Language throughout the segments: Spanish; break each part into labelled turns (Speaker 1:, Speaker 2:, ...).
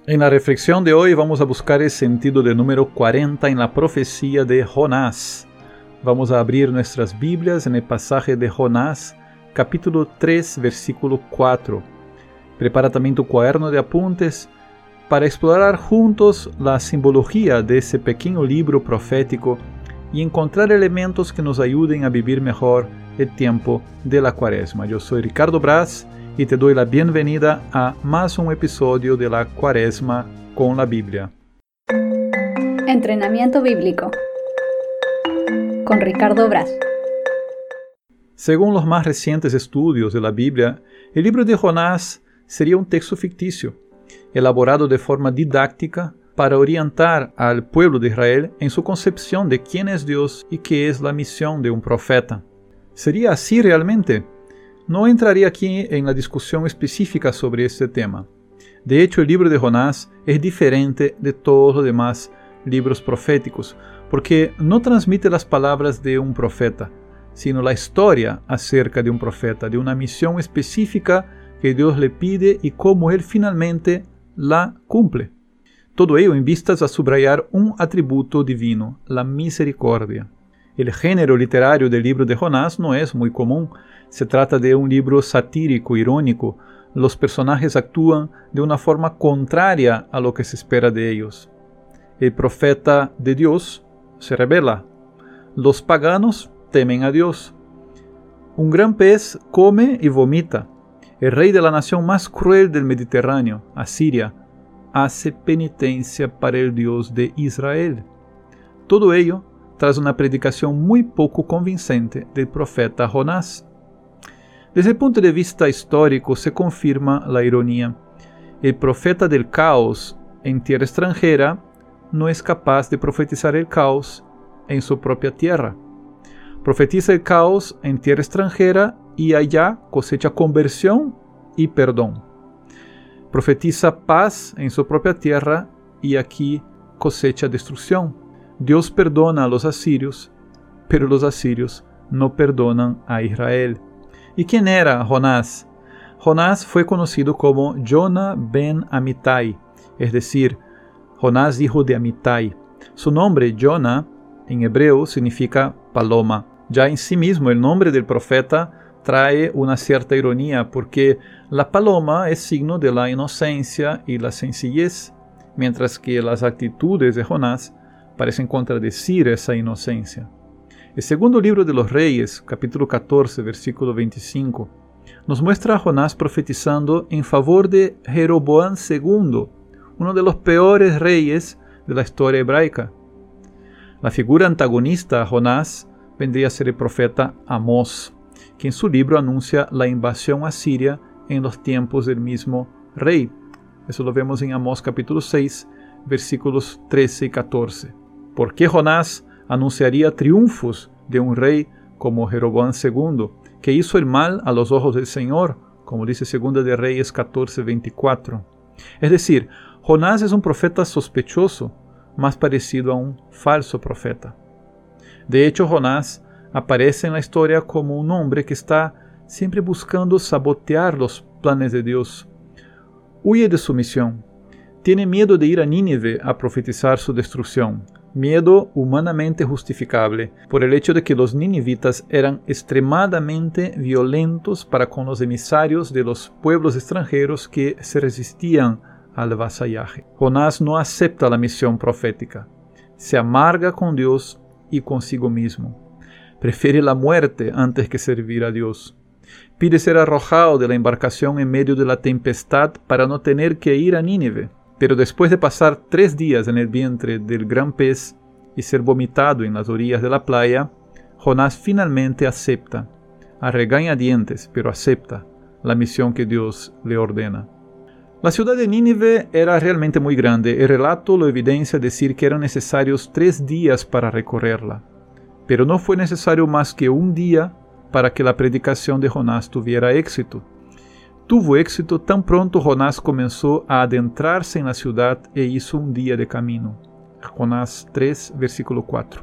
Speaker 1: En la reflexión de hoy vamos a buscar el sentido del número 40 en la profecía de Jonás. Vamos a abrir nuestras Biblias en el pasaje de Jonás, capítulo 3, versículo 4. Prepara también tu cuaderno de apuntes para explorar juntos la simbología de ese pequeño libro profético y encontrar elementos que nos ayuden a vivir mejor el tiempo de la Cuaresma. Yo soy Ricardo Braz y te doy la bienvenida a más un episodio de la Cuaresma con la Biblia.
Speaker 2: Entrenamiento bíblico con Ricardo Braz.
Speaker 1: Según los más recientes estudios de la Biblia, el libro de Jonás sería un texto ficticio, elaborado de forma didáctica para orientar al pueblo de Israel en su concepción de quién es Dios y qué es la misión de un profeta. ¿Sería así realmente? No entraría aquí en la discusión específica sobre este tema. De hecho, el libro de Jonás es diferente de todos los demás libros proféticos, porque no transmite las palabras de un profeta, sino la historia acerca de un profeta, de una misión específica que Dios le pide y cómo él finalmente la cumple. Todo ello en vistas a subrayar un atributo divino, la misericordia. El género literario del libro de Jonás no es muy común. Se trata de un libro satírico, irónico. Los personajes actúan de una forma contraria a lo que se espera de ellos. El profeta de Dios se rebela. Los paganos temen a Dios. Un gran pez come y vomita. El rey de la nación más cruel del Mediterráneo, Asiria, hace penitencia para el Dios de Israel. Todo ello tras una predicación muy poco convincente del profeta Jonás. Desde el punto de vista histórico se confirma la ironía. El profeta del caos en tierra extranjera no es capaz de profetizar el caos en su propia tierra. Profetiza el caos en tierra extranjera y allá cosecha conversión y perdón. Profetiza paz en su propia tierra y aquí cosecha destrucción. Dios perdona a los asirios, pero los asirios no perdonan a Israel. ¿Y quién era Jonás? Jonás fue conocido como Jonah ben Amittai, es decir, Jonás hijo de Amittai. Su nombre, Jonah, en hebreo significa paloma. Ya en sí mismo el nombre del profeta trae una cierta ironía, porque la paloma es signo de la inocencia y la sencillez, mientras que las actitudes de Jonás parecen contradecir esa inocencia. El segundo libro de los Reyes, capítulo 14, versículo 25, nos muestra a Jonás profetizando en favor de Jeroboam II, uno de los peores reyes de la historia hebraica. La figura antagonista a Jonás vendría a ser el profeta Amós, que en su libro anuncia la invasión asiria en los tiempos del mismo rey. Eso lo vemos en Amós capítulo 6, versículos 13 y 14. ¿Por qué Jonás anunciaría triunfos de un rey como Jeroboam II, que hizo el mal a los ojos del Señor, como dice 2 de Reyes 14, 24? Es decir, Jonás es un profeta sospechoso, más parecido a un falso profeta. De hecho, Jonás aparece en la historia como un hombre que está siempre buscando sabotear los planes de Dios. Huye de su misión. Tiene miedo de ir a Nínive a profetizar su destrucción. Miedo humanamente justificable por el hecho de que los ninivitas eran extremadamente violentos para con los emisarios de los pueblos extranjeros que se resistían al vasallaje. Jonás no acepta la misión profética. Se amarga con Dios y consigo mismo. Prefiere la muerte antes que servir a Dios. Pide ser arrojado de la embarcación en medio de la tempestad para no tener que ir a Nínive. Pero después de pasar 3 días en el vientre del gran pez y ser vomitado en las orillas de la playa, Jonás finalmente acepta, a regañadientes, pero acepta la misión que Dios le ordena. La ciudad de Nínive era realmente muy grande. El relato lo evidencia decir que eran necesarios 3 días para recorrerla. Pero no fue necesario más que un día para que la predicación de Jonás tuviera éxito. Tuvo éxito tan pronto Jonás comenzó a adentrarse en la ciudad e hizo un día de camino. Jonás 3, versículo 4.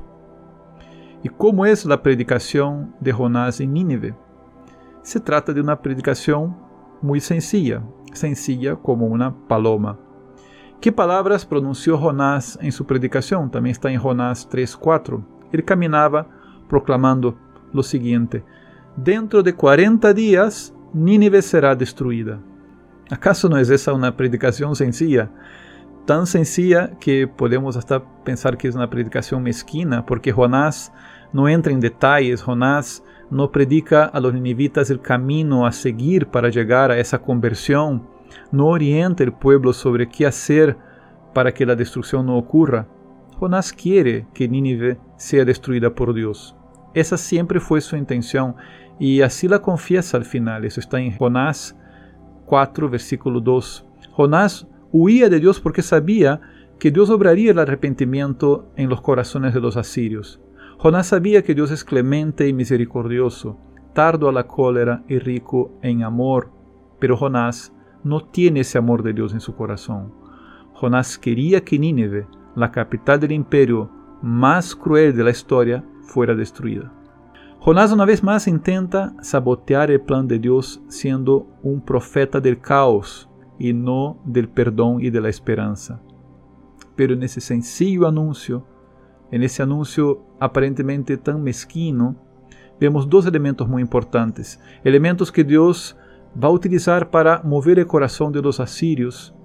Speaker 1: ¿Y cómo es la predicación de Jonás en Nínive? Se trata de una predicación muy sencilla como una paloma. ¿Qué palabras pronunció Jonás en su predicación? También está en Jonás 3:4. Él caminaba proclamando lo siguiente: dentro de 40 días Nínive será destruida. ¿Acaso no es esa una predicación sencilla? Tan sencilla que podemos hasta pensar que es una predicación mezquina, porque Jonás no entra en detalles, Jonás no predica a los ninivitas el camino a seguir para llegar a esa conversión, no orienta al pueblo sobre qué hacer para que la destrucción no ocurra. Jonás quiere que Nínive sea destruida por Dios. Esa siempre fue su intención y así la confiesa al final. Eso está en Jonás 4, versículo 2. Jonás huía de Dios porque sabía que Dios obraría el arrepentimiento en los corazones de los asirios. Jonás sabía que Dios es clemente y misericordioso, tardo a la cólera y rico en amor, pero Jonás no tiene ese amor de Dios en su corazón. Jonás quería que Nínive, la capital del imperio más cruel de la historia, fuera destruida. Jonás una vez más intenta sabotear el plan de Dios siendo un profeta del caos y no del perdón y de la esperanza. Pero en ese sencillo anuncio, en ese anuncio aparentemente tan mezquino, vemos dos elementos muy importantes, elementos que Dios va a utilizar para mover el corazón de los asirios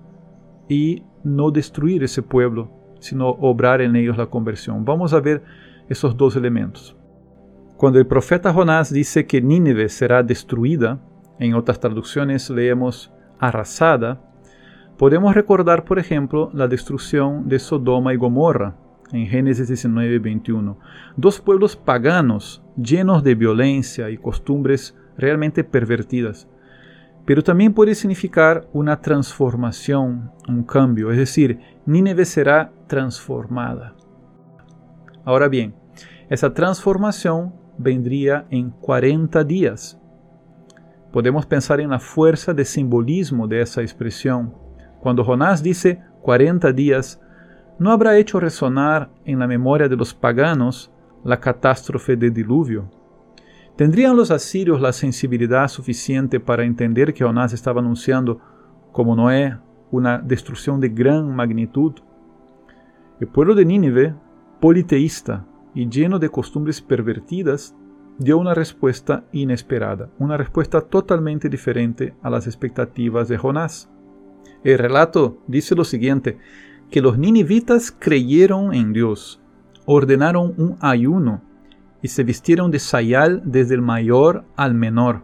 Speaker 1: y no destruir ese pueblo, sino obrar en ellos la conversión. Vamos a ver esos dos elementos. Cuando el profeta Jonás dice que Nínive será destruida, en otras traducciones leemos arrasada, podemos recordar, por ejemplo, la destrucción de Sodoma y Gomorra, en Génesis 19:21. Dos pueblos paganos, llenos de violencia y costumbres realmente pervertidas. Pero también puede significar una transformación, un cambio, es decir, Nínive será transformada. Ahora bien, esa transformación vendría en 40 días. Podemos pensar en la fuerza de simbolismo de esa expresión. Cuando Jonás dice 40 días, no habrá hecho resonar en la memoria de los paganos la catástrofe del diluvio. ¿Tendrían los asirios la sensibilidad suficiente para entender que Jonás estaba anunciando, como Noé, una destrucción de gran magnitud? El pueblo de Nínive, politeísta y lleno de costumbres pervertidas, dio una respuesta inesperada, una respuesta totalmente diferente a las expectativas de Jonás. El relato dice lo siguiente, que los ninivitas creyeron en Dios, ordenaron un ayuno y se vistieron de sayal desde el mayor al menor,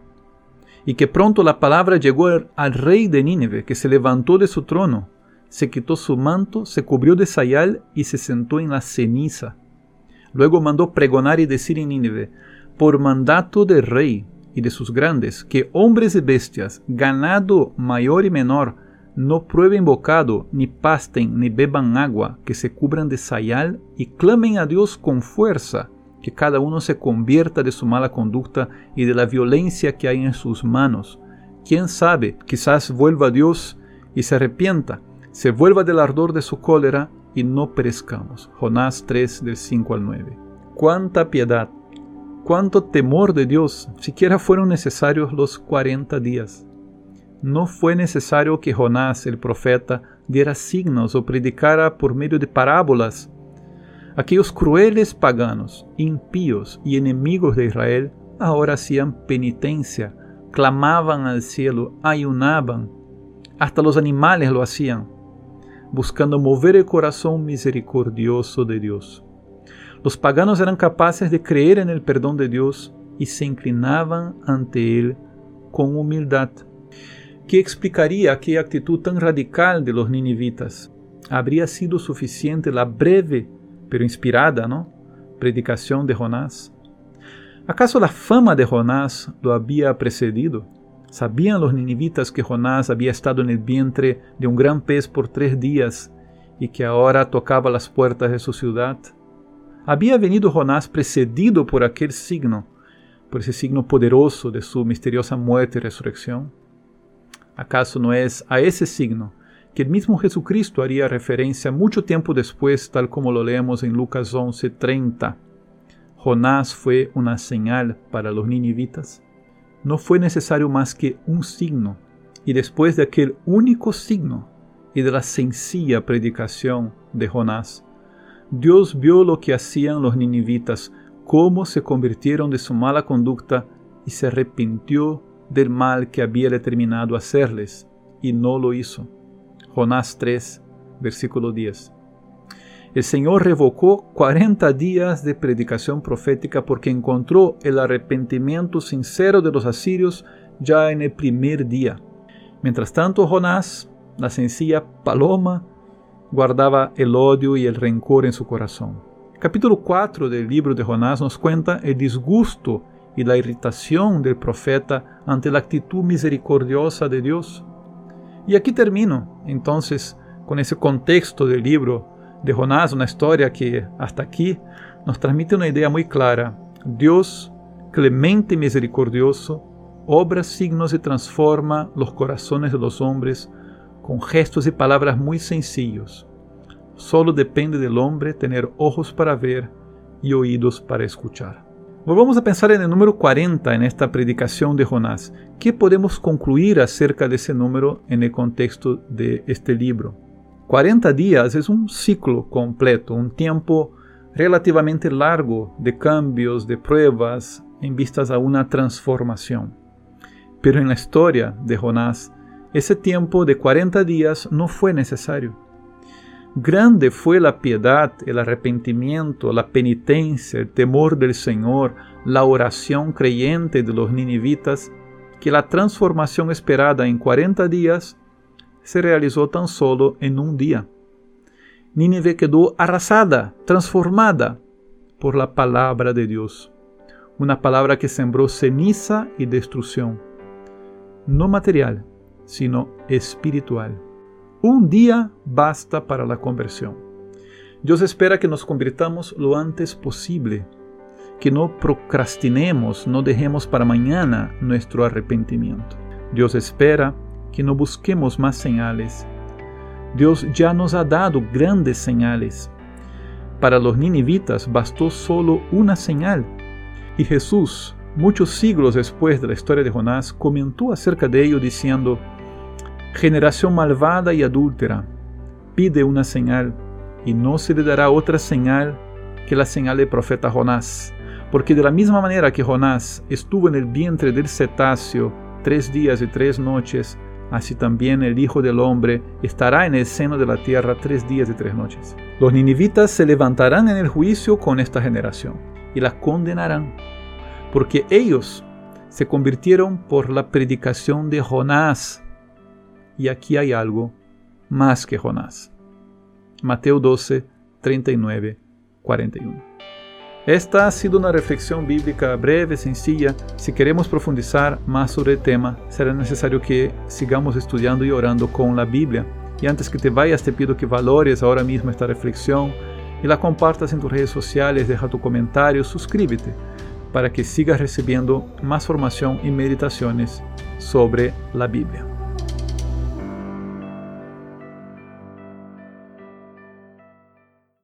Speaker 1: y que pronto la palabra llegó al rey de Nínive, que se levantó de su trono, se quitó su manto, se cubrió de sayal y se sentó en la ceniza. Luego mandó pregonar y decir en Nínive, por mandato del rey y de sus grandes, que hombres y bestias, ganado mayor y menor, no prueben bocado, ni pasten, ni beban agua, que se cubran de sayal y clamen a Dios con fuerza, que cada uno se convierta de su mala conducta y de la violencia que hay en sus manos. ¿Quién sabe? Quizás vuelva a Dios y se arrepienta, se vuelva del ardor de su cólera y no perezcamos. Jonás 3, del 5 al 9. ¡Cuánta piedad! ¡Cuánto temor de Dios! Siquiera fueron necesarios los 40 días. No fue necesario que Jonás, el profeta, diera signos o predicara por medio de parábolas. Aquellos crueles paganos, impíos y enemigos de Israel ahora hacían penitencia, clamaban al cielo, ayunaban. Hasta los animales lo hacían, buscando mover el corazón misericordioso de Dios. Los paganos eran capaces de creer en el perdón de Dios y se inclinaban ante Él con humildad. ¿Qué explicaría aquella actitud tan radical de los ninivitas? ¿Habría sido suficiente la breve, pero inspirada, predicación de Jonás? ¿Acaso la fama de Jonás lo había precedido? ¿Sabían los ninivitas que Jonás había estado en el vientre de un gran pez por 3 días y que ahora tocaba las puertas de su ciudad? ¿Había venido Jonás precedido por aquel signo, por ese signo poderoso de su misteriosa muerte y resurrección? ¿Acaso no es a ese signo que el mismo Jesucristo haría referencia mucho tiempo después, tal como lo leemos en Lucas 11:30? Jonás fue una señal para los ninivitas. No fue necesario más que un signo, y después de aquel único signo, y de la sencilla predicación de Jonás, Dios vio lo que hacían los ninivitas, cómo se convirtieron de su mala conducta y se arrepintió del mal que había determinado hacerles, y no lo hizo. Jonás 3, versículo 10. El Señor revocó 40 días de predicación profética porque encontró el arrepentimiento sincero de los asirios ya en el primer día. Mientras tanto, Jonás, la sencilla paloma, guardaba el odio y el rencor en su corazón. El capítulo 4 del libro de Jonás nos cuenta el disgusto y la irritación del profeta ante la actitud misericordiosa de Dios. Y aquí termino, entonces, con ese contexto del libro de Jonás, una historia que hasta aquí nos transmite una idea muy clara. Dios, clemente y misericordioso, obra signos y transforma los corazones de los hombres con gestos y palabras muy sencillos. Solo depende del hombre tener ojos para ver y oídos para escuchar. Volvamos a pensar en el número 40 en esta predicación de Jonás. ¿Qué podemos concluir acerca de ese número en el contexto de este libro? 40 días es un ciclo completo, un tiempo relativamente largo de cambios, de pruebas, en vistas a una transformación. Pero en la historia de Jonás, ese tiempo de 40 días no fue necesario. Grande fue la piedad, el arrepentimiento, la penitencia, el temor del Señor, la oración creyente de los ninivitas, que la transformación esperada en 40 días se realizó tan solo en un día. Nínive quedó arrasada, transformada por la palabra de Dios, una palabra que sembró ceniza y destrucción, no material, sino espiritual. Un día basta para la conversión. Dios espera que nos convirtamos lo antes posible, que no procrastinemos, no dejemos para mañana nuestro arrepentimiento. Dios espera que no busquemos más señales. Dios ya nos ha dado grandes señales. Para los ninivitas bastó solo una señal, y Jesús, muchos siglos después de la historia de Jonás, comentó acerca de ello diciendo: generación malvada y adúltera, pide una señal, y no se le dará otra señal que la señal del profeta Jonás. Porque de la misma manera que Jonás estuvo en el vientre del cetáceo 3 días y 3 noches, así también el Hijo del Hombre estará en el seno de la tierra 3 días y 3 noches. Los ninivitas se levantarán en el juicio con esta generación, y la condenarán, porque ellos se convirtieron por la predicación de Jonás. Y aquí hay algo más que Jonás. Mateo 12, 39, 41. Esta ha sido una reflexión bíblica breve, sencilla. Si queremos profundizar más sobre el tema, será necesario que sigamos estudiando y orando con la Biblia. Y antes que te vayas, te pido que valores ahora mismo esta reflexión y la compartas en tus redes sociales, deja tu comentario, suscríbete para que sigas recibiendo más formación y meditaciones sobre la Biblia.